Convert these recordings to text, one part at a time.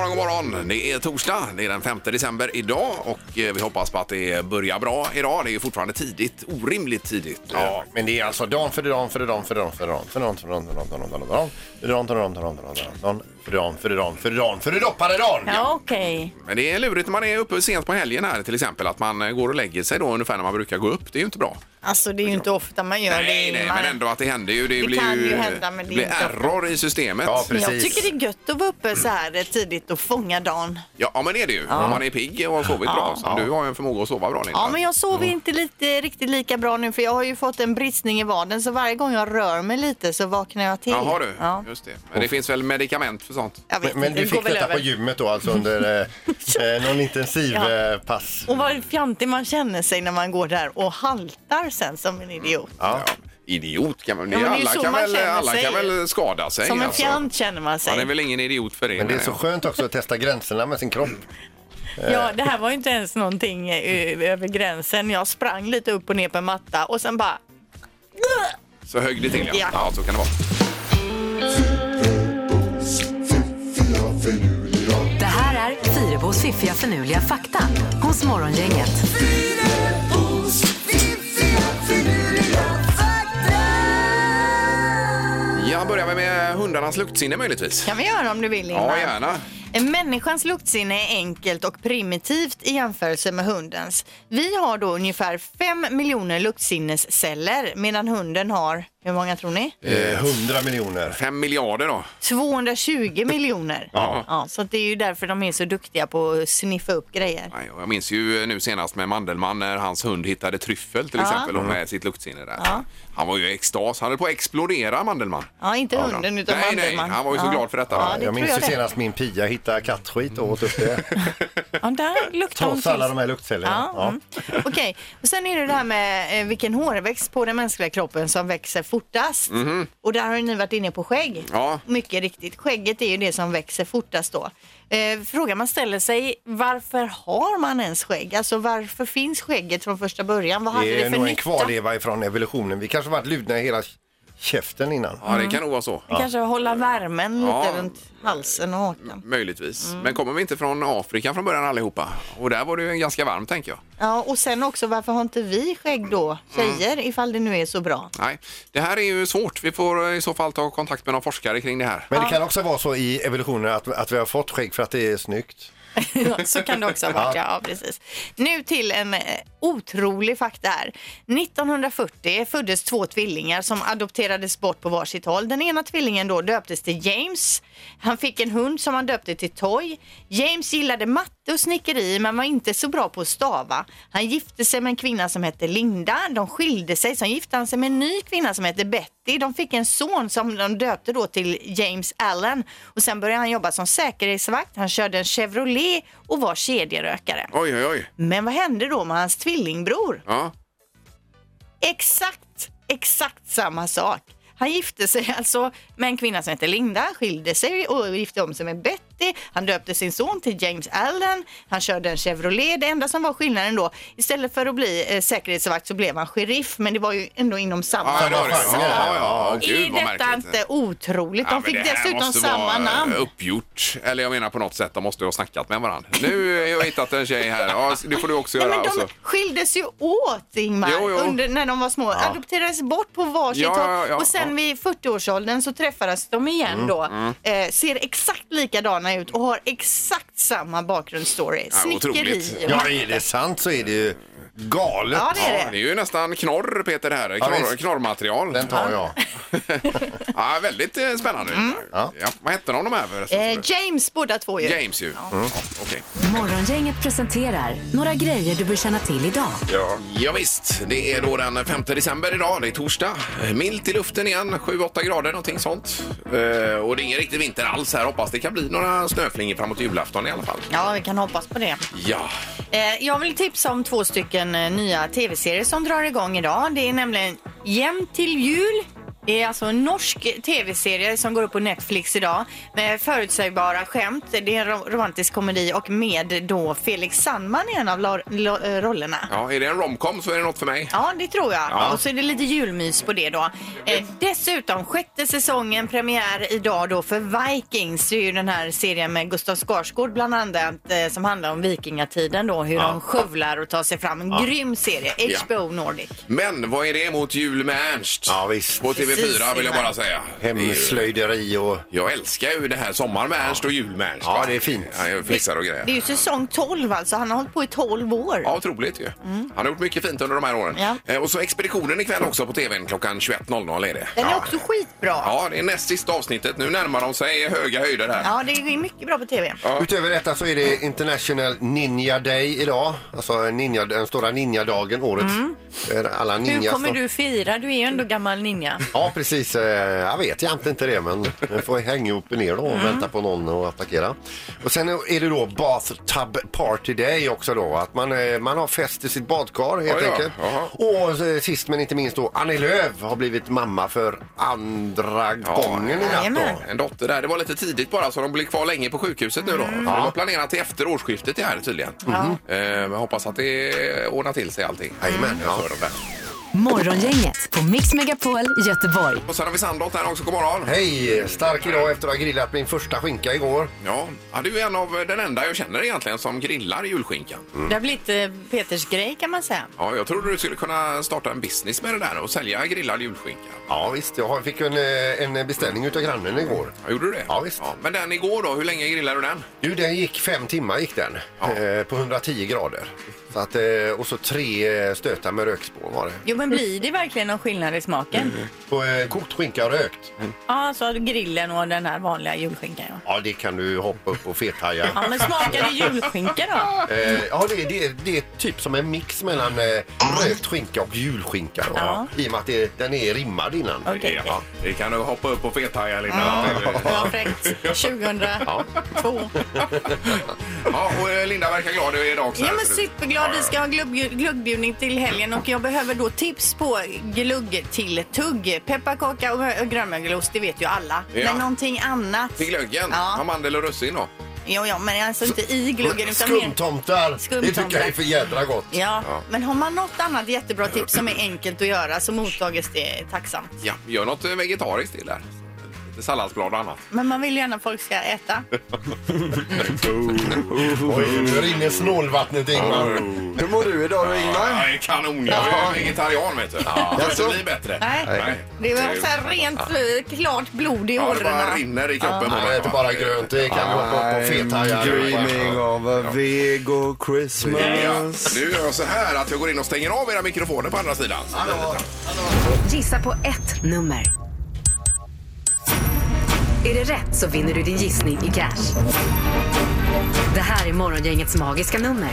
god morgon. Det är torsdag, det är den 5 december idag och vi hoppas på att det börjar bra idag. Det är ju fortfarande tidigt, orimligt tidigt. Ja, men det är alltså dan för doppade dan. Ja, okej. Men det är lurigt när man är uppe sent på helgen här till exempel, att man går och lägger sig då ungefär när man brukar gå upp. Det är ju inte bra. Alltså det är ju inte ofta man gör Nej, men ändå att det händer ju. Det blir kan ju ju hända, men det är blir inte error i systemet. Ja, Men precis. jag tycker det är gött att vara uppe så här tidigt och fånga dagen. Ja, men det är det ju. Om man är pigg och har sovit bra. Så du har ju en förmåga att sova bra, Linda. Ja, men jag sover inte riktigt lika bra nu, för jag har ju fått en bristning i vaden, så varje gång jag rör mig lite så vaknar jag till. Ja, har du? Ja. Just det. Men det finns väl medikament för sånt? Jag vet Men inte, du det går fick väl detta över. på gymmet då, alltså under någon intensiv pass. Och vad fjantig man känner sig när man går där och haltar sen som en idiot. Ja. Idiot kan man. Ja, men det är alla så kan man väl, känner alla sig. kan väl skada sig. Som en alltså. fjant känner man sig. Man är väl ingen idiot för det. Men det är så skönt också att testa gränserna med sin kropp. Ja, det här var ju inte ens någonting över gränsen. Jag sprang lite upp och ner på en matta och sen bara... Så högg det till, Ja. Ja, så kan det vara. Det här är Fyrebos fiffiga förnuliga fakta hos Morgongänget. Jag börjar med hundarnas luktsinne möjligtvis. Kan vi göra om du vill, Ingmar? Ja, gärna. Människans luktsinne är enkelt och primitivt i jämförelse med hundens. Vi har då ungefär 5 miljoner luktsinnesceller, medan hunden har, hur många tror ni? 100 miljoner. 5 miljarder då. 220 miljoner. Ja. Ja, så det är ju därför de är så duktiga på att sniffa upp grejer. Nej, och jag minns ju nu senast med Mandelmann när hans hund hittade tryffel till exempel och med sitt luktsinne där. Ja. Han var ju i extas. Han höll på att explodera, Mandelmann. Ja, inte hunden utan Nej, Mandelmann. han var ju så glad för detta. Ja, det Jag minns tror ju jag det. senast min Pia hittade kattskit och åt upp det. Ja, där luktar hon Trots alla till. de här luktcellerna. Ja, Okej, och sen är det här med vilken hårväxt på den mänskliga kroppen som växer fortast. Och där har ni varit inne på skägg. Ja. Mycket riktigt. Skägget är ju det som växer fortast då. Frågan man ställer sig, varför har man ens skägg? Alltså varför finns skägget från första början? Vad hade Det det är för nog en nytta? kvarleva ifrån evolutionen. Vi kanske varit ludna i hela käften innan. Ja, det kan nog vara så. Kanske hålla värmen lite Ja. runt halsen och hakan. Möjligtvis. Men kommer vi inte från Afrika från början allihopa? Och där var det ju ganska varmt, tänker jag. Ja, och sen också, varför har inte vi skägg då, tjejer, ifall det nu är så bra? Nej, det här är ju svårt. Vi får i så fall ta kontakt med någon forskare kring det här. Men det kan också vara så i evolutionen att vi har fått skägg för att det är snyggt. Så kan det också ha varit, ja precis. Nu till en otrolig fakta här. 1940 föddes 2 tvillingar som adopterades bort på varsitt håll. Den ena tvillingen då döptes till James. Han fick en hund som han döpte till Toy. James gillade matte och snickeri men var inte så bra på att stava. Han gifte sig med en kvinna som hette Linda. De skilde sig, sen gifte han sig med en ny kvinna som hette Betty. De fick en son som de döpte då till James Allen. Och sen började han jobba som säkerhetsvakt. Han körde en Chevrolet och var kedjerökare. Oj, oj, oj. Men vad hände då med hans tvillingbror? Ja. Exakt samma sak. Han gifte sig alltså med en kvinna som heter Linda, skilde sig och gifte om sig med Betty. Han döpte sin son till James Allen. Han körde en Chevrolet. Det enda som var skillnaden då, istället för att bli säkerhetsvakt så blev han sheriff. Men det var ju ändå inom samma Ja, det var det. Ja, Gud, Är vad detta märkligt. inte otroligt? Ja, De men fick det här dessutom måste samma vara namn. uppgjort. Eller jag menar på något sätt, de måste ha snackat med varandra. Nu har jag hittat en tjej här. Ja, det får du också Nej, göra. men de Alltså. skildes ju åt, Ingmar, Jo. när de var små. Adopterades bort på varsitt håll. Och sen vid 40-årsåldern så träffades de igen då. Ser exakt likadana ut och har exakt samma bakgrundsstory. Ja, Snickeri otroligt. och Ja, matte. är det sant så är det ju galet. Ja, det är Ja, det. det är ju nästan knorr, Peter, det här. Ja, visst. Knorrmaterial. Den tar jag. Ja, väldigt spännande. Ja. Vad hette de här förresten? James båda två ju. James ju. Ja, okej. Morgongänget presenterar några grejer du bör känna till idag. Ja, visst, det är då den 5 december idag, det är torsdag. Milt i luften igen, 7-8 grader, någonting sånt. Och det är ingen riktig vinter alls här, hoppas det kan bli några snöflingor framåt julafton i alla fall. Ja, vi kan hoppas på det. Ja, Jag vill tipsa om 2 nya tv-serier som drar igång idag. Det är nämligen Jämt till jul Det är alltså en norsk tv-serie som går upp på Netflix idag med förutsägbara skämt. Det är en romantisk komedi och med då Felix Sandman i en av rollerna. Ja, är det en romcom så är det något för mig. Ja, det tror jag. Ja. Och så är det lite julmys på det då. Dessutom, 6:e säsongen premiär idag då för Vikings. Det är ju den här serien med Gustav Skarsgård bland annat som handlar om vikingatiden då. Hur de skövlar och tar sig fram. En grym serie. HBO Nordic. Men vad är det mot Jul med Ernst? Ja, visst. På TV4 vill jag bara säga. Hemslöjderi och... Jag älskar ju det här Sommar med Ernst och Jul med Ernst. Ja, det är fint. Ja, jag fixar och grejer. Det är ju säsong 12 alltså. Han har hållit på i 12 år. Ja, otroligt ju. Han har gjort mycket fint under de här åren. Ja. Och så Expeditionen ikväll också på tvn klockan 21.00 är det. Den är också skitbra. Ja, det är näst sista avsnittet. Nu närmar de sig höga höjder här. Ja, det är mycket bra på tv. Ja. Utöver detta så är det International Ninja Day idag. Alltså den stora ninjadagen, årets. Alla ninjas. Hur kommer du fira? Du är ju ändå gammal ninja. Ja, precis. Jag vet egentligen inte det, men jag får hänga upp och ner då och vänta på någon att attackera. Och sen är det då Bathtub Party Day också då. Att man har fest i sitt badkar helt enkelt. Och sist men inte minst då, Annie Lööf har blivit mamma för andra gången i natt då. En dotter där. Det var lite tidigt bara så de blir kvar länge på sjukhuset nu då. De var planerat till efter årsskiftet det här tydligen. Jag hoppas att det ordnar till sig allting. Jajamän, ja. Morgongänget på Mix Megapol Göteborg. Och sen har vi Sandholt här också, god morgon. Hej, stark idag efter att ha grillat min första skinka igår. Ja, du är en av den enda jag känner egentligen som grillar julskinkan. Det har blivit Peters grej kan man säga. Ja, jag trodde du skulle kunna starta en business med det där och sälja grillad julskinka. Ja visst, jag fick en beställning utav grannen igår. Ja, gjorde du det? Ja visst. Ja, men den igår då, hur länge grillade du den? Du, den gick 5 timmar gick den. På 110 grader. Så att, och så 3 stötar med rökspår var det. Jo, men blir det verkligen någon skillnad i smaken? På kokt skinka och rökt. Ja, så grillen och den här vanliga julskinkan. Ja, det kan du hoppa upp och fethaja. Ja, men smakar det julskinka då? Ja, det är typ som en mix mellan rökt skinka och julskinka. Då. Ja. I och med att den är rimmad innan. Okej. Ja, det kan du hoppa upp och fethaja Linda. Ja, fräckt. 2002. Ja, och Linda verkar glad idag också. Ja, men superglad. Vi ska ha gluggbjudning till helgen och jag behöver då tips på glugg till tugg. Pepparkaka och grönmögelost, det vet ju alla. Ja. Men någonting annat. Till glöggen? Ja. Har mandel och russin då? Ja, men alltså inte i gluggen utan mer... Skumtomtar. Det tycker jag är för jädra gott. Ja, men har man något annat jättebra tips som är enkelt att göra så mottages det tacksamt. Ja, gör något vegetariskt till där. Lite salladsblad och annat. Men man vill gärna att folk ska äta. Oj, nu rinner snålvattnet, Ingmar. Hur mår du idag då, Ingmar? Ja, kanon. Jag är vegetarian, vet du. Ja, det blir bättre. Nej. Det var så här rent klart blod i Ja, det bara årorna. rinner i kroppen. Det är inte bara grönt, det kan du hoppa upp och fethaja. Dreaming of a Vego Ja, Christmas. nu gör jag så här att jag går in och stänger av era mikrofoner på andra sidan. Gissa på ett nummer. Är det rätt så vinner du din gissning i cash. Det här är Morgongängets magiska nummer.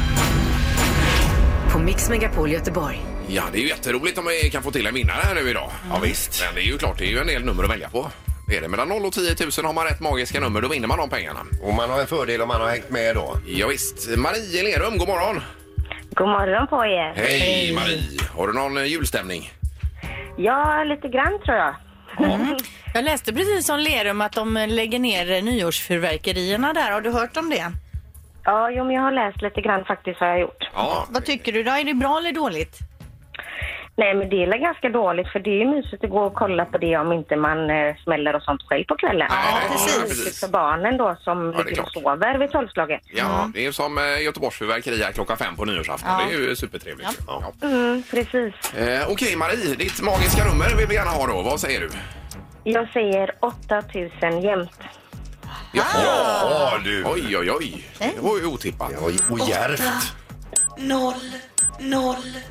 På Mix Megapol Göteborg. Ja, det är ju jätteroligt om vi kan få till en vinnare här nu idag. Ja, visst. Men det är ju klart, det är ju en del nummer att välja på. Det är det. Mellan 0 och 10 000 har man rätt magiska nummer, då vinner man de pengarna. Och man har en fördel om man har hängt med då. Ja, visst. Marie Lerum, god morgon. God morgon på er. Hej Marie. Har du någon julstämning? Ja, lite grann tror jag. Jag läste precis som Lerum att de lägger ner nyårsfyrverkerierna där. Har du hört om det? Ja, jo, men jag har läst lite grann faktiskt har jag gjort. Ja. Vad tycker du då? Är det bra eller dåligt? Nej, men det är ganska dåligt för det är ju mysigt att gå och kolla på det om inte man smäller och sånt själv på kvällen. Ja, precis. Mysigt för barnen då som Ja, det är ligger och klart. sover vid 12-slaget. Ja, det är som Göteborgs fyrverkeri här klockan 5 på nyårsafton. Ja. Det är ju supertrevligt. Ja. Precis. Okej Marie, ditt magiska nummer vill vi gärna ha då. Vad säger du? Jag säger 8000 jämt. Ja, du. Oj, oj, oj. Det var ju otippat. Oj, och djärvt. 0, 0,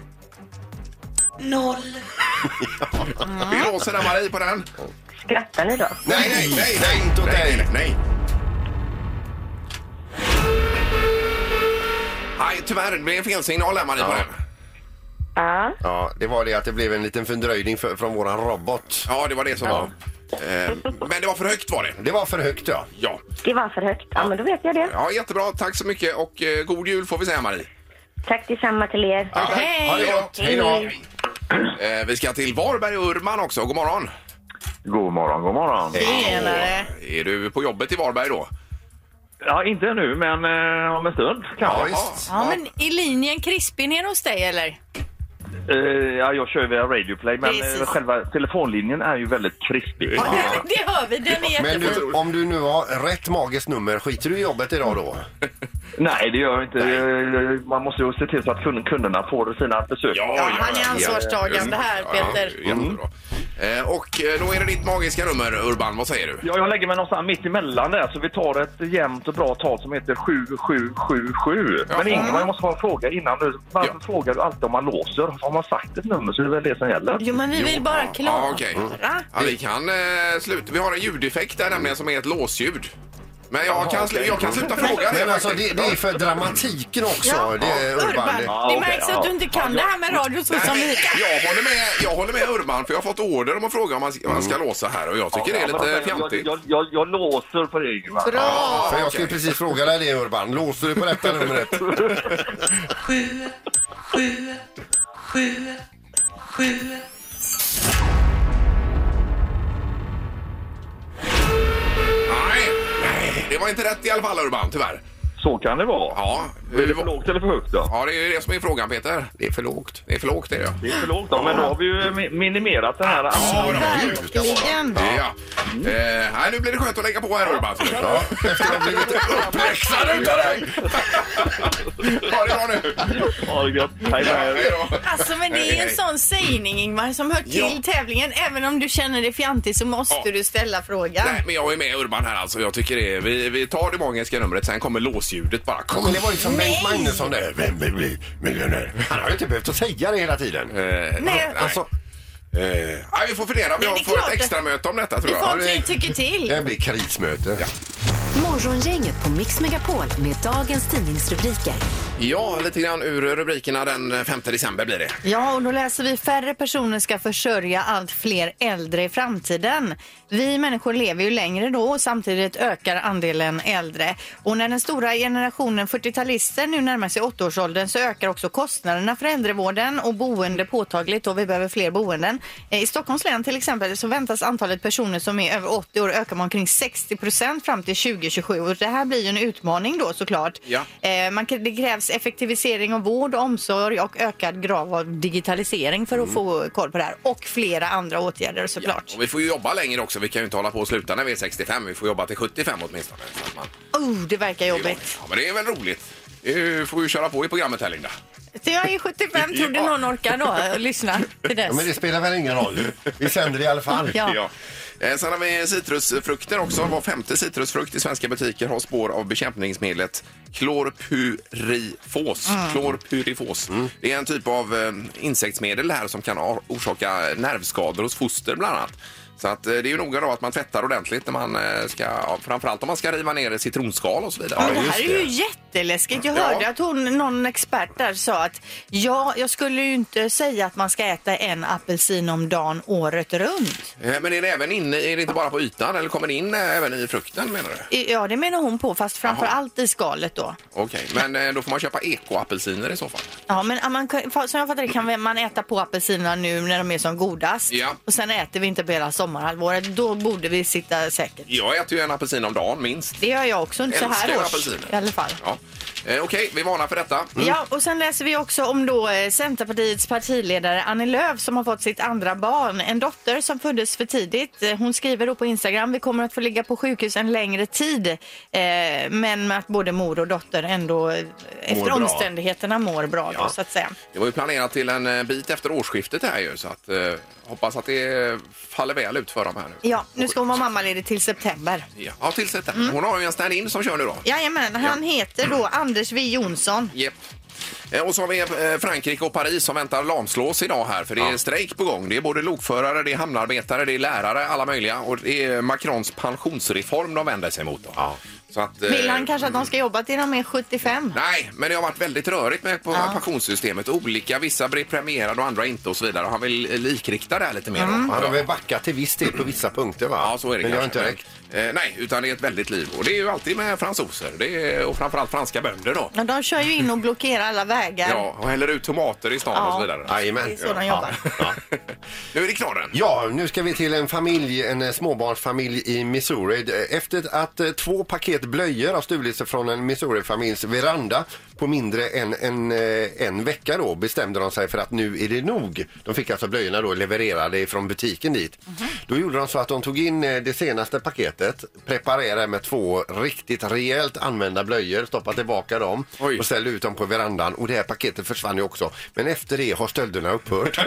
0. Vi låser där Marie på den. Skrattar ni då? Nej, inte åt dig. Nej. Nej, tyvärr. Det blev en felsignal där Marie på den. Ja. Ja, det var det att det blev en liten fördröjning från våran robot. Ja, det var det som var. Men det var för högt var det. Det var för högt, ja. Ja. Det var för högt. Ja, men då vet jag det. Ja, jättebra. Tack så mycket och god jul får vi säga Marie. Tack detsamma till er. Ja, Hej. Ha det gott. Hej då. Vi ska till Varberg och Urban också. God morgon. God morgon, god morgon. Tjenare. Är du på jobbet i Varberg då? Ja, inte nu, men om en stund kanske. Ja, men i linjen krispig ner hos dig, eller? Ja, jag kör via Radioplay, men Precis. själva telefonlinjen är ju väldigt krispig. Ja, det hör vi. Den är Men jättefin. om du nu har rätt magiskt nummer, skiter du i jobbet idag då? Nej, det gör jag inte. Man måste ju se till så att kunderna får sina besök. Ja, han är ansvarstagande här, Peter. Jättebra. Och då är det ditt magiska nummer, Urban. Vad säger du? Ja, jag lägger mig någonstans mitt emellan där, så vi tar ett jämnt och bra tal som heter 7777. Men Ingmar, jag måste ha en fråga innan nu. Varför frågar du alltid om man låser? Har man sagt ett nummer så är det väl det som gäller? Jo, men vi vill bara klara. Ja, okej. Ja, vi kan sluta. Vi har en ljudeffekt där nämligen som är ett låsljud. Men jag kan sluta fråga det. Men alltså, det är för dramatiken också. Ja. Det är Urban, Urban. det märks att du inte kan det här med radio så som vi kan. Jag håller med Urban, för jag har fått order om att fråga om man ska låsa här och jag tycker det är lite fjantigt. Jag låser på det, Ingmar. Bra! För jag skulle precis fråga dig det, Urban. Låser du på detta numret? 7, 7, 7, 7. Nej, det var inte rätt i alla fall, Urban, tyvärr. Så kan det vara. Ja, Är det för lågt eller för högt då? Ja, det är ju det som är frågan, Peter. Det är för lågt. Det är för lågt, det är det. Det är för lågt då, men då har vi ju minimerat det här. Verkligen. Ja. Nej, nu blir det skönt att lägga på här, Urban. Ja, efter att ha blivit uppläxad utav dig. Ha det bra nu. Ha det gött. Hej då. Alltså, men det är en sån sägning, Ingmar, som hör till tävlingen. Även om du känner dig fjantig så måste du ställa frågan. Nej, men jag är med Urban här alltså. Jag tycker det är, vi tar det magiska numret, sen kommer låsljudet bara. Men det var ju som Bengt Magnusson där. Vem vill bli miljonär? Han har ju inte behövt att säga det hela tiden. Nej. Alltså, Nej, vi får fundera. Vi Nej, det är får klart ett extra möte om detta, tror Det jag. får vi tycker till. det blir krismöte. Morgongänget på Mix Megapol med dagens tidningsrubriker. Ja, lite grann ur rubrikerna den 5 december blir det. Ja, och då läser vi: färre personer ska försörja allt fler äldre i framtiden. Vi människor lever ju längre då och samtidigt ökar andelen äldre. Och när den stora generationen 40-talister nu närmar sig 8-årsåldern så ökar också kostnaderna för äldrevården och boende påtagligt och vi behöver fler boenden. I Stockholms län till exempel så väntas antalet personer som är över 80 år öka med omkring 60% fram till 2027. Och det här blir ju en utmaning då såklart. Ja. Det krävs effektivisering av vård, omsorg och ökad grad av digitalisering för att få koll på det här. Och flera andra åtgärder såklart. Och vi får ju jobba längre också. Vi kan ju inte hålla på och sluta när vi är 65. Vi får jobba till 75 åtminstone. Så att man... Det verkar jobbigt. Ja, men det är väl roligt. Du får ju köra på i programmet här, Linda. Så jag är 75, tror du någon orkar då lyssna till dess? Ja, men det spelar väl ingen roll. Vi sänder det i alla fall. Ja. Sen har vi citrusfrukter också. Var 5:e citrusfrukt i svenska butiker har spår av bekämpningsmedlet klorpyrifos. Klorpyrifos. Det är en typ av insektsmedel här som kan orsaka nervskador hos foster bland annat. Så att det är ju noga då att man tvättar ordentligt när man ska, framförallt om man ska riva ner citronskal och så vidare. Men det här är ju jätteläskigt. Jag hörde att någon expert där sa att jag skulle ju inte säga att man ska äta en apelsin om dagen året runt. Men är det även inne, är det inte bara på ytan eller kommer det in även i frukten, menar du? Ja, det menar hon på, fast framför allt i skalet då. Okej, men då får man köpa ekoapelsiner i så fall. Ja, men som jag fattar det kan man äta på apelsinerna nu när de är som godast. Ja. Och sen äter vi inte på hela sommarhalvåret. Då borde vi sitta säkert. Jag äter ju en apelsin om dagen minst. Det gör jag också, inte så Älskar här års apelsiner. i alla fall. Ja. Okej, vi varnar för detta. Ja, och sen läser vi också om då Centerpartiets partiledare Annie Lööf som har fått sitt andra barn. En dotter som föddes för tidigt. Hon skriver då på Instagram: vi kommer att få ligga på sjukhus en längre tid. Men att både mor och dotter ändå efter omständigheterna mår bra då, så att säga. Det var ju planerat till en bit efter årsskiftet här ju, så att hoppas att det faller väl ut för dem här nu. Ja, nu ska hon vara mammaledig till september. Ja, till september. Hon har ju en stand-in som kör nu då. Jajamän, han heter då Anders V. Jonsson. Japp. Och så har vi Frankrike och Paris som väntar lamslås idag här, för det är strejk på gång. Det är både lokförare, det är hamnarbetare, det är lärare, alla möjliga. Och det är Macrons pensionsreform de vänder sig mot då. Ja. Så att, vill han kanske att de ska jobba till de är 75? Nej, men det har varit väldigt rörigt med pensionssystemet. Olika, vissa blir premierade och andra inte och så vidare. Han vill likrikta det här lite mer. Han har väl backat till viss del på vissa punkter, va? Ja, så är det. Men det har kanske. inte räckt. Nej, utan det är ett väldigt liv. Och det är ju alltid med fransoser. Och framförallt franska bönder då. Ja, de kör ju in och blockerar alla vägar. Ja, och häller ut tomater i stan och så vidare. Jajamän. Det är så de jobbar. Nu är det knorren. Ja, nu ska vi till en småbarnsfamilj i Missouri. Efter att 2 paket blöjor har stulits från en Missouri-familjs veranda på mindre än en vecka då bestämde de sig för att nu är det nog. De fick alltså blöjorna då levererade från butiken dit. Då gjorde de så att de tog in det senaste paketet, preparerade med 2 riktigt rejält använda blöjor, stoppade tillbaka dem och ställde ut dem på verandan. Och det här paketet försvann ju också. Men efter det har stölderna upphört.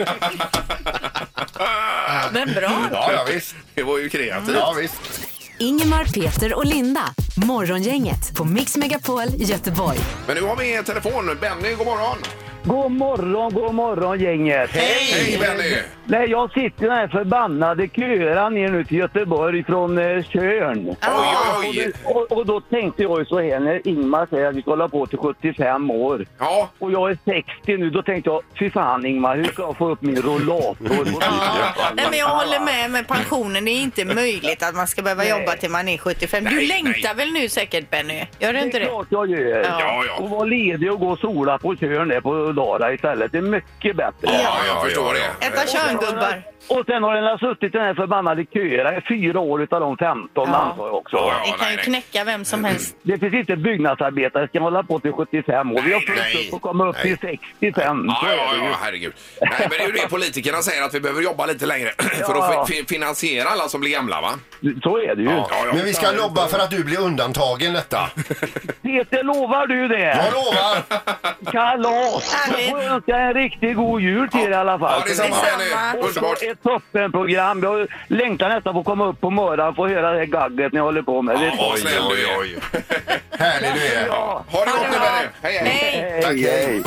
Men bra. Ja, visst. Det var ju kreativt. Ja, visst. Ingemar, Peter och Linda. Morgongänget på Mix Megapol Göteborg. Men nu har vi telefon. Benny, god morgon. God morgon gänget. Hej Benny. Nej, jag sitter i den här förbannade köran ner nu till Göteborg från Tjörn. Oj. Och då tänkte jag ju så här när Ingmar säger att vi ska hålla på till 75 år. Ja. Och jag är 60 nu, då tänkte jag, fy fan Ingmar, hur ska jag få upp min rollator? Nej, men jag håller med pensionen. Det är inte möjligt att man ska behöva jobba till man är 75. Du längtar väl nu säkert, Benny? Gör du inte det? Det är klart jag gör. Ja. Och vara ledig och gå och sola på Tjörn där på Lara istället. Det är mycket bättre. Ja, jag förstår det. Äta körngubbar. Och sen har den suttit i den här förbannade köra i 4 år utav de 15 antar jag också. Det kan ju knäcka vem som helst. Det finns inte byggnadsarbetare ska hålla på till 75 år. Vi har fullt upp och komma upp till 65. Ja, herregud. Nej, men det är ju det politikerna säger att vi behöver jobba lite längre för att finansiera alla som blir gamla, va? Så är det ju. Ja. Men vi ska jobba för att du blir undantagen detta. Peter, lovar du det? Jag lovar! Kalas! Jag får önska en riktigt god jul till er i alla fall. Ja, det är samma, Benny. Underbart. Ett toppenprogram. Jag längtar nästan på att komma upp på morgonen och få höra det här gagget ni håller på med. Ja, snäll du är. Härlig du är. Ha det gott nu, Benny. Hej. Tack, hej.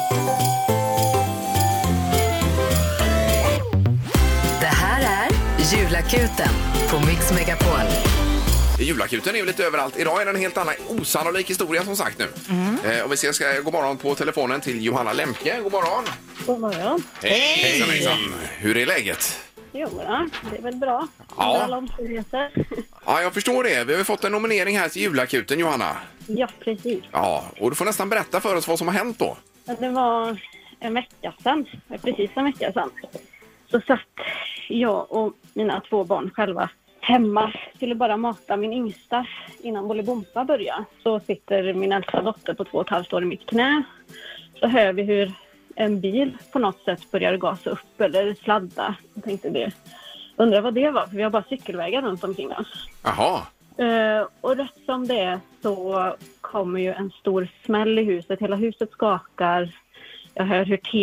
Det här är Julakuten på Mix Megapol. Julakuten är ju lite överallt. Idag är det en helt annan osannolik historia som sagt nu. Och vi ska god morgon på telefonen till Johanna Lemke. God morgon. God morgon. Hejsan. Hur är läget? Jo, det är väl bra. Ja. Alla omständigheter. Ja, jag förstår det. Vi har ju fått en nominering här till Julakuten, Johanna. Ja, precis. Ja, och du får nästan berätta för oss vad som har hänt då. Det var en vecka sedan, precis en vecka sedan. Så satt jag och mina 2 barn själva hemma. Skulle bara mata min yngsta innan Bolibompa börjar. Så sitter min äldsta dotter på 2,5 år i mitt knä. Så hör vi hur en bil på något sätt börjar gasa upp eller sladda. Jag tänkte det. Undrar vad det var, för vi har bara cykelvägar runt omkring oss. Jaha. Och rätt som det är så kommer ju en stor smäll i huset. Hela huset skakar. Jag hör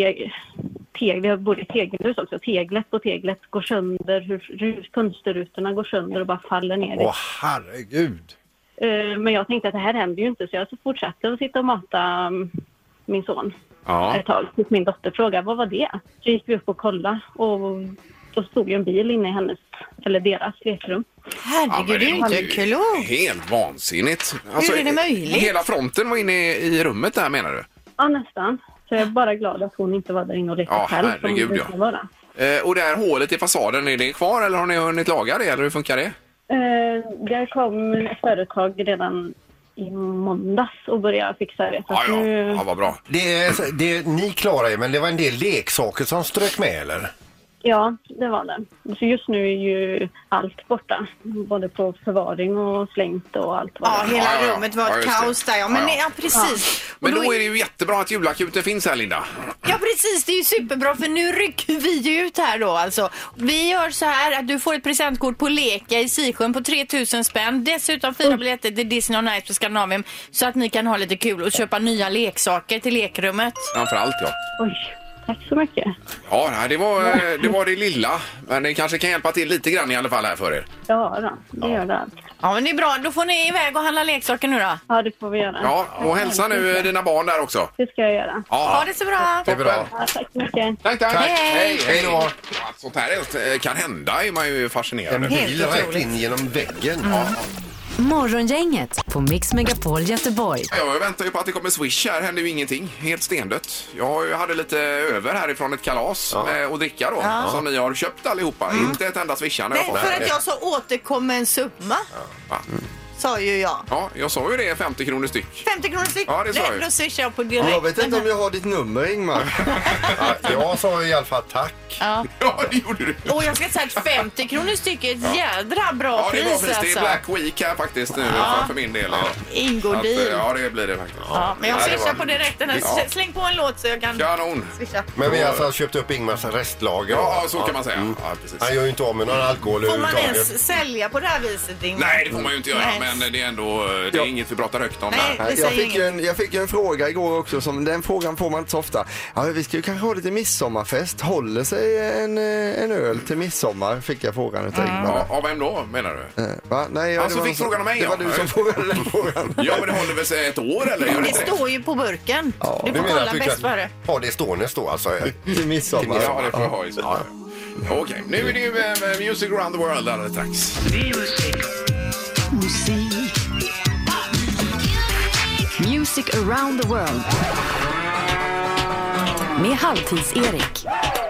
hur vi har både tegelhus också. Teglet går sönder. Hur fönsterrutorna går sönder och bara faller ner. Åh, herregud. Men jag tänkte att det här händer ju inte. Så jag fortsatte att sitta och mata min son ett tag. Tills min dotter frågade, vad var det? Så gick vi upp och kollade. Och då stod ju en bil inne i deras lekrum. Herregud, det är inte klokt. Helt vansinnigt. Hur är det möjligt? Hela fronten var inne i rummet där, menar du? Ja, nästan. Så jag är bara glad att hon inte var där inne och lekte själv. Herregud, och det här hålet i fasaden, är det kvar eller har ni hunnit laga det? Eller hur funkar det? Det kom ett företag redan i måndags och började fixa det. Ja, vad bra. Ni klarar er, men det var en del leksaker som strök med, eller? Ja, det var det. Så just nu är ju allt borta. Både på förvaring och slängt och allt. Hela rummet var ett kaos där. Ja, men precis. Ja. Men då är det ju jättebra att julakuten finns här, Linda. Ja, precis. Det är ju superbra för nu rycker vi ut här då. Alltså, vi gör så här att du får ett presentkort på Leka i Sisjön på 3000 spänn. Dessutom 4 biljetter till Disney on Ice på Skandinavien så att ni kan ha lite kul och köpa nya leksaker till lekrummet. Framförallt, ja. Oj. Tack så mycket. Ja, det var det lilla. Men det kanske kan hjälpa till lite grann i alla fall här för er. Ja, det gör det. Ja, men det är bra. Då får ni iväg och handla leksaker nu då. Ja, det får vi göra. Ja, och hälsa nu dina barn där också. Det ska jag göra. Ja. Ha det så bra. Det är bra. Ja, tack så mycket. Tack. Hej då. Sånt här kan hända är man ju fascinerad. En bil rätt in genom väggen. Ja. Morgongänget på Mix Megapol Göteborg. Jag väntar ju på att det kommer Swish här. Händer ju ingenting. Helt stendött. Jag hade lite över härifrån ett kalas med att dricka då. Som ni har köpt allihopa. Inte ett enda swishande. Nej, för att jag sa återkommer en summa. Sa ju jag. Ja, jag sa ju det, 50 kronor styck. 50 kronor styck? Ja, det sa jag. Då swishar jag på direkt. Jag vet inte om jag har ditt nummer, Ingmar. Jag sa i alla fall tack. Ja, det gjorde du. Och jag ska säga att 50 kronor styck är ett jädra bra det är pris. bra pris. Det är Black Week här faktiskt nu för min del. Ingår deal. Ja, det blir det faktiskt. Ja, men jag swishar på direkten. Släng på en låt så jag kan swisha. Men vi har alltså köpt upp Ingmars restlager. Ja, så kan man säga. Ja, precis. Han gör ju inte av med någon alkohol. Får man ens sälja på det här viset, Ingmar? Nej, det får man ju inte göra. Men det är ändå det är inget vi pratar högt om. Nej, Jag fick ju en fråga igår också. Den frågan får man inte så ofta. Ja, vi ska ju kanske ha lite midsommarfest. Håller sig en öl till midsommar? Fick jag frågan utav Ingmar. Av vem då, menar du? Va? Nej, alltså fick frågan om mig. Det var du som frågade den frågan. Ja, men det håller väl sig ett år eller? Det står ju på burken. Ja. Du får kolla bäst före. Ja, det står då alltså. Till midsommar. Ja, det får jag ha i så. Okej, nu är det ju Music Around the World alldeles strax. Music around the world. Med Halvtids-Erik.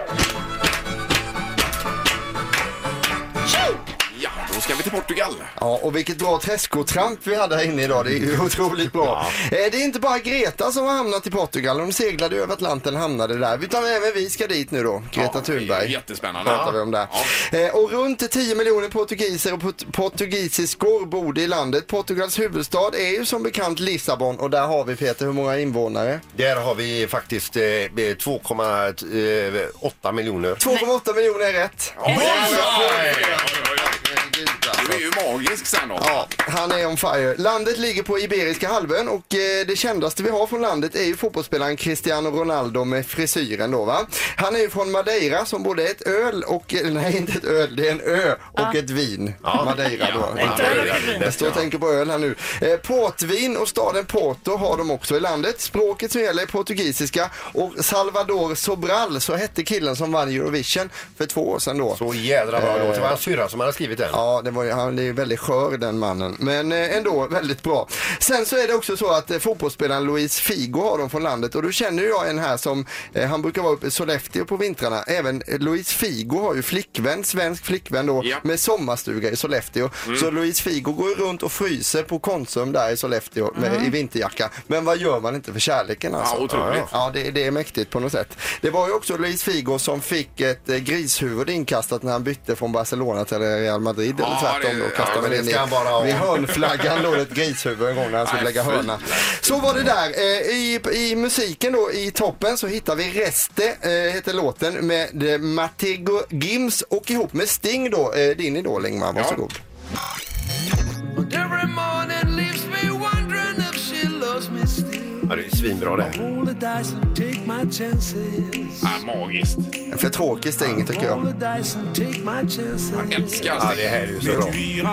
Ja, då ska vi till Portugal. Ja, och vilket bra träskotramp vi hade här inne idag. Det är ju otroligt bra. Det är inte bara Greta som har hamnat i Portugal. De seglade över Atlanten och hamnade där. Utan även vi ska dit nu då. Greta Thunberg. Jättespännande. Pratar vi om där. Och runt 10 miljoner portugiser och portugisiskor bor i landet. Portugals huvudstad är ju som bekant Lissabon. Och där har vi, Peter, hur många invånare? Där har vi faktiskt 2,8 miljoner. 2,8 miljoner är rätt. Du är ju magisk sen då. Ja, han är on fire. Landet ligger på Iberiska halvön och det kändaste vi har från landet är ju fotbollsspelaren Cristiano Ronaldo med frisyren då, va? Han är ju från Madeira som både är ett öl och, nej inte ett öl, det är en ö och ett vin. Madeira då. Jag står och tänker på öl här nu. Portvin och staden Porto har de också i landet. Språket som gäller är portugisiska och Salvador Sobral, så hette killen som vann Eurovision för 2 år sedan då. Så jädra bra låt. Det var en syrra som hade skrivit den. Ja, han är väldigt skör den mannen. Men ändå väldigt bra. Sen så är det också så att fotbollsspelaren Luis Figo har de från landet. Och då känner jag en här som, han brukar vara uppe i Sollefteå på vintrarna. Även Luis Figo har ju flickvän, svensk flickvän då, med sommarstuga i Sollefteå. Så Luis Figo går runt och fryser på Konsum där i Sollefteå i vinterjacka. Men vad gör man inte för kärleken alltså? Ja, otroligt. Ja, det är mäktigt på något sätt. Det var ju också Luis Figo som fick ett grishuvud inkastat när han bytte från Barcelona till Real Madrid. Eller tvärtom då, kastade man in vid hörnflaggan då ett grishuvud en gång när han skulle lägga hörna. Så var det där. I musiken då, i toppen så hittar vi Reste, heter låten, med Matego Gims och ihop med Sting då, din idol Ingmar, varsågod. Ja, det är svinbra det. Magiskt. För tråkigt Sting tycker jag. Jag älskar Ja, det här är ju så bra.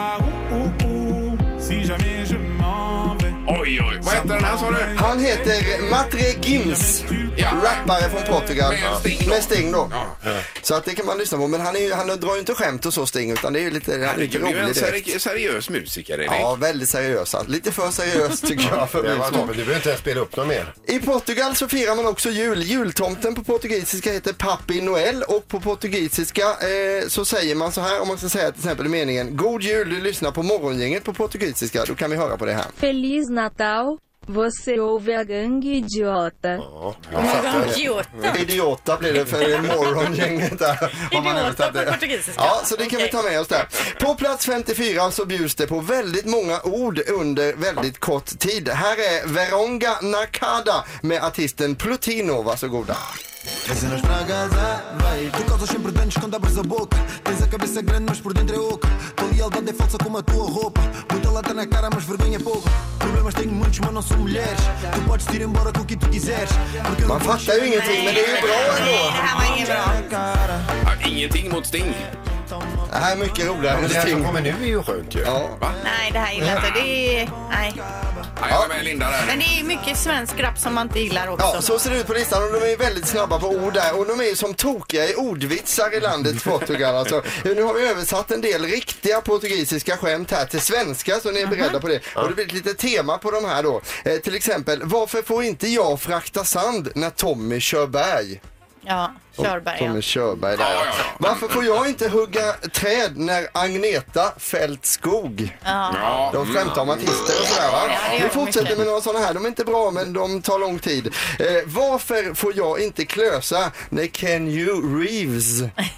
Oj, vad heter den här, sa du? Han heter Matre Gims, rappare från Portugal. Med Sting då. Så att det kan man lyssna på. Men han drar ju inte skämt och så Sting, utan det är ju lite roligt. Du är en seriös musiker, Erik. Ja, väldigt seriös. Lite för seriös tycker jag för min smak. Du behöver inte spela upp något mer. I Portugal så firar man också jul. Jultomten på portugisiska heter Papi Noel. Och på portugisiska så säger man så här, om man ska säga till exempel i meningen: God jul, du lyssnar på morgongänget på portugisiska. Då kan vi höra på det här. Feliz Natal, você ouve a gangue idiota. Idiota blir det för morgongänget där. Idiota på portugisiska. Ja, så det kan vi ta med oss där. På plats 54 så bjuds det på väldigt många ord under väldigt kort tid. Här är Veronga Nakada med artisten Plutino, varsågoda. Cenas pragas, vai. Tu causas sempre danos quando abres a boca. Tens a cabeça grande, mas por dentro é oca. Tua lealdade é falsa como a tua roupa. Muita lata na cara, mas vergonha é pouco. Problemas tenho muitos, mas não são mulheres. Tu podes te ir embora com o que tu quiseres. Man fattar ju ingenting, men det är ju bra ändå. Det här var inget bra. Ingenting mot Sting. Det här är mycket roligare. Men det här som kommer nu är ju skönt ju. Ja. Nej, det här gillar jag inte. Det är... Nej. Ja, jag är med Linda där. Men det är mycket svensk rap som man inte gillar också. Ja, så ser det ut på listan och de är väldigt snabba på ord där och de är som tokiga i ordvitsar i landet Portugal. Alltså, nu har vi översatt en del riktiga portugisiska skämt här till svenska så ni är beredda på det. Och det blir ett litet tema på de här då. Till exempel, varför får inte jag frakta sand när Tommy kör berg? Ja, Körberg. Tommy Körberg där. Ja. Varför får jag inte hugga träd när Agneta fällt skog? Ja. De skämtar om artister och sådär va? Ja, det gör Vi de fortsätter mycket. med några sådana här. De är inte bra men de tar lång tid. Varför får jag inte klösa när Keanu Reeves?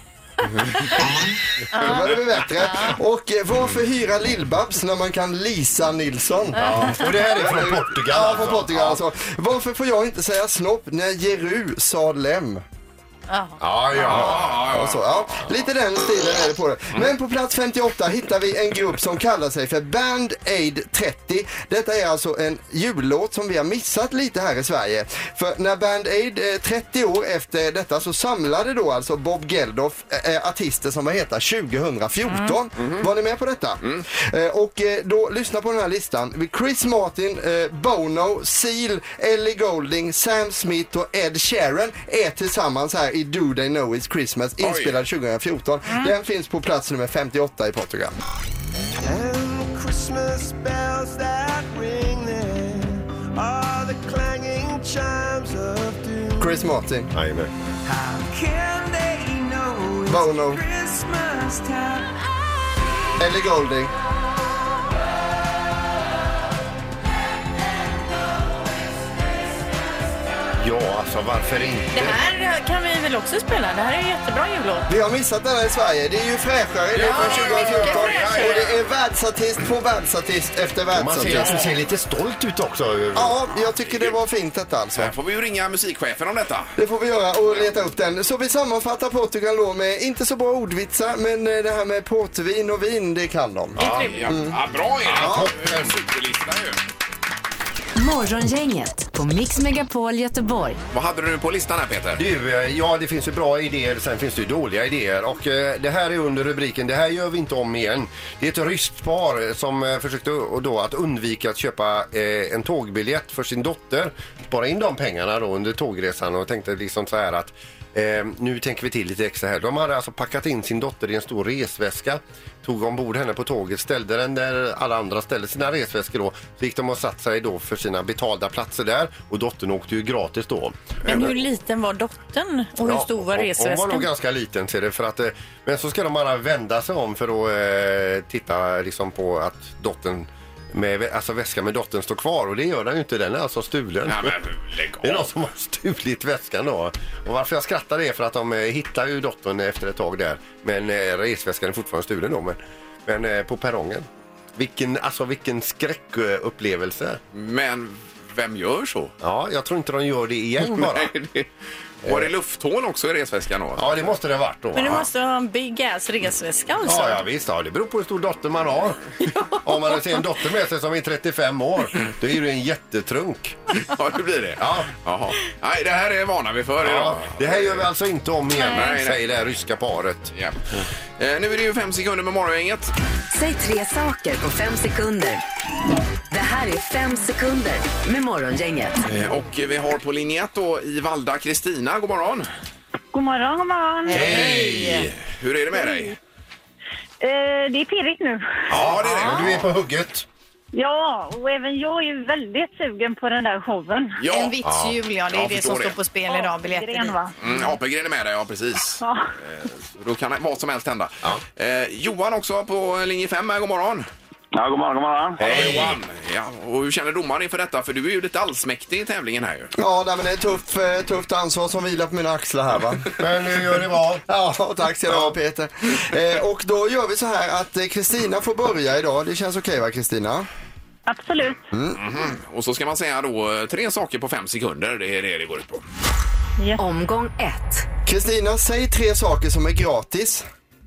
Då var det bättre. Och varför hyra Lill-Babs när man kan Lisa Nilsson? Ja. Och det här är från Portugal. Ja, från Portugal alltså. Varför får jag inte säga snopp när Jerusalem? Ja. Så, ja. Lite den stilen är det på det. Men på plats 58 hittar vi en grupp som kallar sig för Band Aid 30. Detta är alltså en jullåt som vi har missat lite här i Sverige. För när Band Aid 30 år efter detta så samlade då alltså Bob Geldof artister som var heta 2014. Var ni med på detta? Och då lyssna på den här listan. Chris Martin, Bono, Seal, Ellie Goulding, Sam Smith och Ed Sheeran är tillsammans här i Do They Know It's Christmas inspelad 2014. Den finns på plats nummer 58 i Portugal. Christmas bells that ring there are the clanging chimes of doom. Chris Martin. Jajamän. How can they know it's Bono. Christmas time? Ellie Goulding. Ja, alltså varför inte? Det här kan vi väl också spela. Det här är en jättebra jullåt. Vi har missat den här i Sverige. Det är ju fräschare. Det är från 2014. Och det är världsartist på världsartist efter Man ser att du världsartist. ser lite stolt ut också. Ja, jag tycker det var fint detta alltså. Här får vi ju ringa musikchefen om detta. Det får vi göra och leta upp den. Så vi sammanfattar Portugal då med inte så bra ordvitsar, men det här med portvin och vin, det kan de. Ja, bra är det. Superlista ju. Morgongänget på Mix Megapol Göteborg. Vad hade du på listan här Peter? Du, ja det finns ju bra idéer, sen finns det ju dåliga idéer och det här är under rubriken, det här gör vi inte om igen. Det är ett ryskt par som försökte då att undvika att köpa en tågbiljett för sin dotter. Spara in de pengarna då under tågresan och tänkte liksom så här att nu tänker vi till lite extra här. De hade alltså packat in sin dotter i en stor resväska, tog ombord henne på tåget, ställde den där alla andra ställde sina resväskor då. Så gick de och satt sig då för sina betalda platser där och dottern åkte ju gratis då. Men hur liten var dottern och hur stor var resväskan? Hon var nog ganska liten ser det för att men så ska de bara vända sig om för att titta liksom på att dottern alltså väskan med dottern står kvar och det gör den ju inte, den är alltså stulen. Ja, men lägg av. Det är någon som har stulit väskan då. Och varför jag skrattar är för att de hittar ju dottern efter ett tag där. Men resväskan är fortfarande stulen då. Men på perrongen. Vilken skräckupplevelse. Men vem gör så? Ja, jag tror inte de gör det igen bara. Var det lufthål också i resväskan då? Ja, det måste det ha varit då. Men du måste ha en big ass resväska alltså. Ja, visst. Ja, det beror på hur stor dotter man har. Om man ser en dotter med sig som är 35 år, då är det en jättetrunk. Ja, det blir det. Ja. Jaha. Nej, det här är vana vi för idag. Ja, det här gör vi alltså inte om igen, Nej. säger det här ryska paret. Ja. Nu är det ju 5 sekunder med morgongänget. Säg 3 saker på 5 sekunder. Det här är 5 sekunder med Morgongänget. Och vi har på linje 1 då i Valda Kristina. God morgon. God morgon, god morgon. Hej! Hur är det med dig? Det är pirrigt nu. Ja, det är det. Du är på hugget. Ja, och även jag är ju väldigt sugen på den där showen. Ja. En vitsjul, ja. Det är Jag det förstår som står på spel idag. Biljetter Gren, dit. va? Apelgren är med dig, ja precis. Ja. Då kan det vad som helst hända. Johan också på linje 5 här. God morgon. Ja, god morgon, god morgon. Hej Johan. Ja, och hur känner domaren inför detta? För du är ju lite allsmäktig i tävlingen här ju. Ja, nej, men det är tufft ansvar som vilar på mina axlar här va. Men nu gör det bra. Ja, tack ska du ha Peter. Och då gör vi så här att Kristina får börja idag. Det känns okej va Kristina? Absolut. Och så ska man säga då 3 saker på 5 sekunder. Det är det det går ut på. Omgång 1. Kristina, säg 3 saker som är gratis.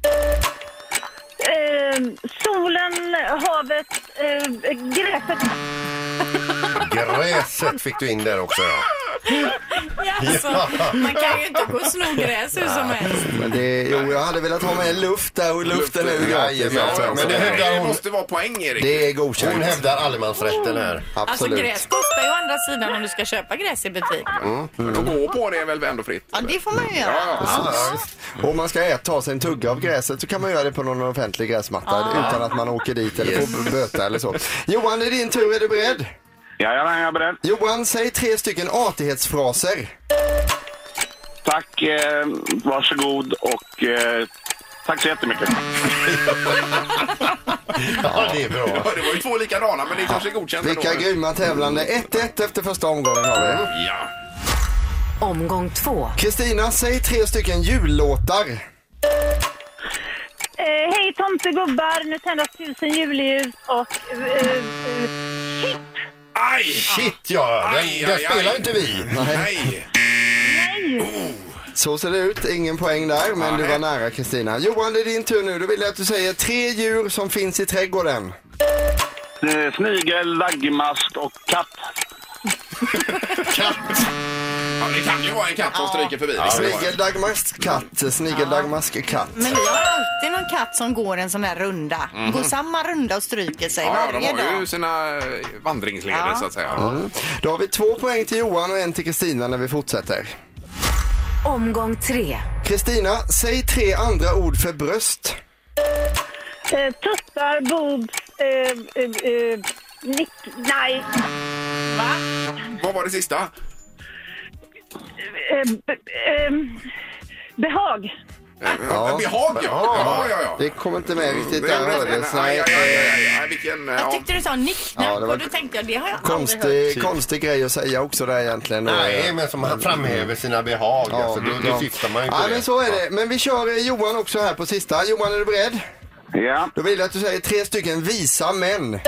Solen, havet, gräset. Gräset fick du in där också, ja. Man kan ju inte gå och sno gräs hur som helst. Men jag hade velat ha med luft där och luften är ju gratis. Men det hävdar Det hon. måste vara poäng, Erik. Det är godkänt. Hon hävdar allemansrätten här. Alltså Absolut. gräs kostar ju å andra sidan om du ska köpa gräs i butik. Men att gå på det är väl ändå fritt? Ja, det får man ju göra. Och om man ska ta sig en tugga av gräset så kan man göra det på någon offentlig gräsmatta utan att man åker dit eller får böta eller så. Johan, det är din tur. Är du beredd? Ja, jag är beredd. Johan, säg 3 stycken artighetsfraser. Tack, varsågod och tack så jättemycket. Ja, det är bra. Ja, det var ju 2 likadana, men det kanske är godkänt. Vilka grymma tävlande. 1-1 efter första omgången har vi. Ja. Omgång 2. Kristina, säg 3 stycken jullåtar. Hej tomtegubbar, nu tändas 1000 julljus och shit. Aj! Shit, ja. Den spelar inte vi. Nej. Så ser det ut. Ingen poäng där, men du var nära, Kristina. Johan, det är din tur nu. Då vill jag att du säger 3 djur som finns i trädgården. Snigel, daggmask och katt. Katt. Ja, det kan ju vara en katt som stryker förbi. Snigel, daggmask, katt. Snigel, daggmask, katt. Men vi har alltid någon katt som går en sån där runda. Går samma runda och stryker sig Ja, varje de har dag. ju sina vandringsleder så att säga. Då har vi 2 poäng till Johan och 1 till Kristina när vi fortsätter. Omgång 3. Kristina, säg 3 andra ord för bröst. Tuttar, boobs, nej. Va? Vad var det sista? Behag. Behag, ja. Det kommer inte med riktigt där hördes. Nej, vilken... Jag tyckte du sa nicknack Ja, det var och då tänkte jag, det har jag aldrig hört. Konstig grej att säga också där egentligen. Nej, men som han framhäver sina behag. Ja, alltså, då syftar man ju på ja, det. men så är det. Men vi kör Johan också här på sista. Johan, är du beredd? Ja. Då vill jag att du säger 3 stycken visa män.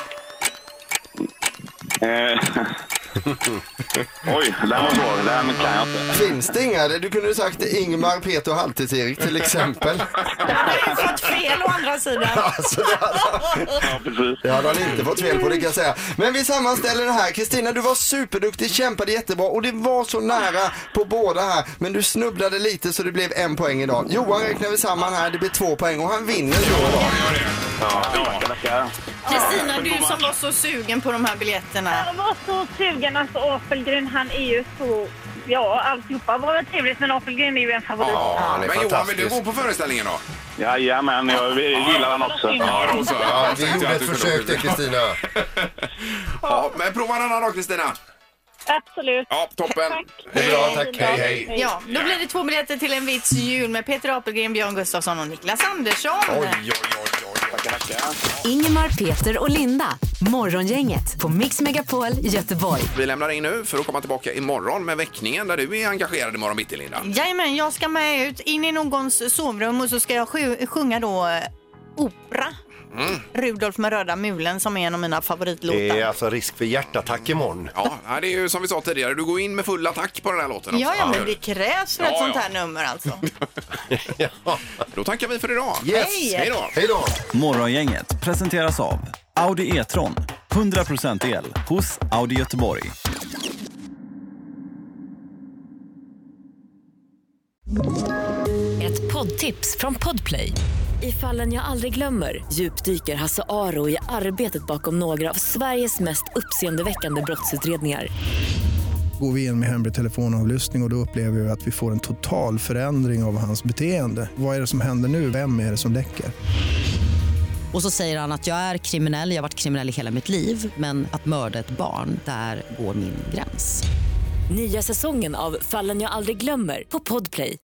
Oj, det här var svår. Det här kan jag inte. Finns det inga? Du kunde sagt Ingmar, Peter och Halvtids-Erik till exempel. Jag har fått fel å andra sidan. Alltså, Ja, precis. det hade han inte fått fel på, det kan jag säga. Men vi sammanställer det här. Kristina, du var superduktig, kämpade jättebra och det var så nära på båda här. Men du snubblade lite så det blev 1 poäng idag. Johan räknar vi samman här, det blir 2 poäng och han vinner så. Kristina, du som var så sugen på de här biljetterna. Jag var så sugen, alltså Apelgren, han är ju så... Ja, alltihopa var trevligt, men Apelgren är ju en favorit. Ja, men Johan, vill du gå på föreställningen då? Jajamän, jag gillar den också. Ja, då så. Ja, vi gjorde ett försök till Kristina. Ja, men prova en annan dag, Kristina. Absolut. Ja, toppen. Det är bra, tack. Hej. Ja, då blir det 2 biljetter till en vits jul med Peter Apelgren, Björn Gustafsson och Niklas Andersson. Oj. Ingemar, Peter och Linda. Morgongänget på Mix Megapol Göteborg. Vi lämnar in nu för att komma tillbaka imorgon med väckningen där du är engagerad imorgon bitti, Linda. Jajamän, jag ska med ut in i någons sovrum och så ska jag sjunga då opera. Rudolf med röda mulen som är en av mina favoritlåtar. Det är alltså risk för hjärtattack imorgon. Ja, det är ju som vi sa tidigare. Du går in med full attack på den här låten också. Ja, men det krävs för ett sånt här nummer alltså. Då tackar vi för idag. Yes. Hej då. Hej då. Morgongänget presenteras av Audi E-tron. 100% el hos Audi Göteborg. Ett poddtips från Podplay. I Fallen jag aldrig glömmer djupdyker Hasse Aro i arbetet bakom några av Sveriges mest uppseendeväckande brottsutredningar. Går vi in med hemlig telefonavlyssning och då upplever vi att vi får en total förändring av hans beteende. Vad är det som händer nu? Vem är det som läcker? Och så säger han att jag är kriminell, jag har varit kriminell i hela mitt liv. Men att mörda ett barn, där går min gräns. Nya säsongen av Fallen jag aldrig glömmer på Podplay.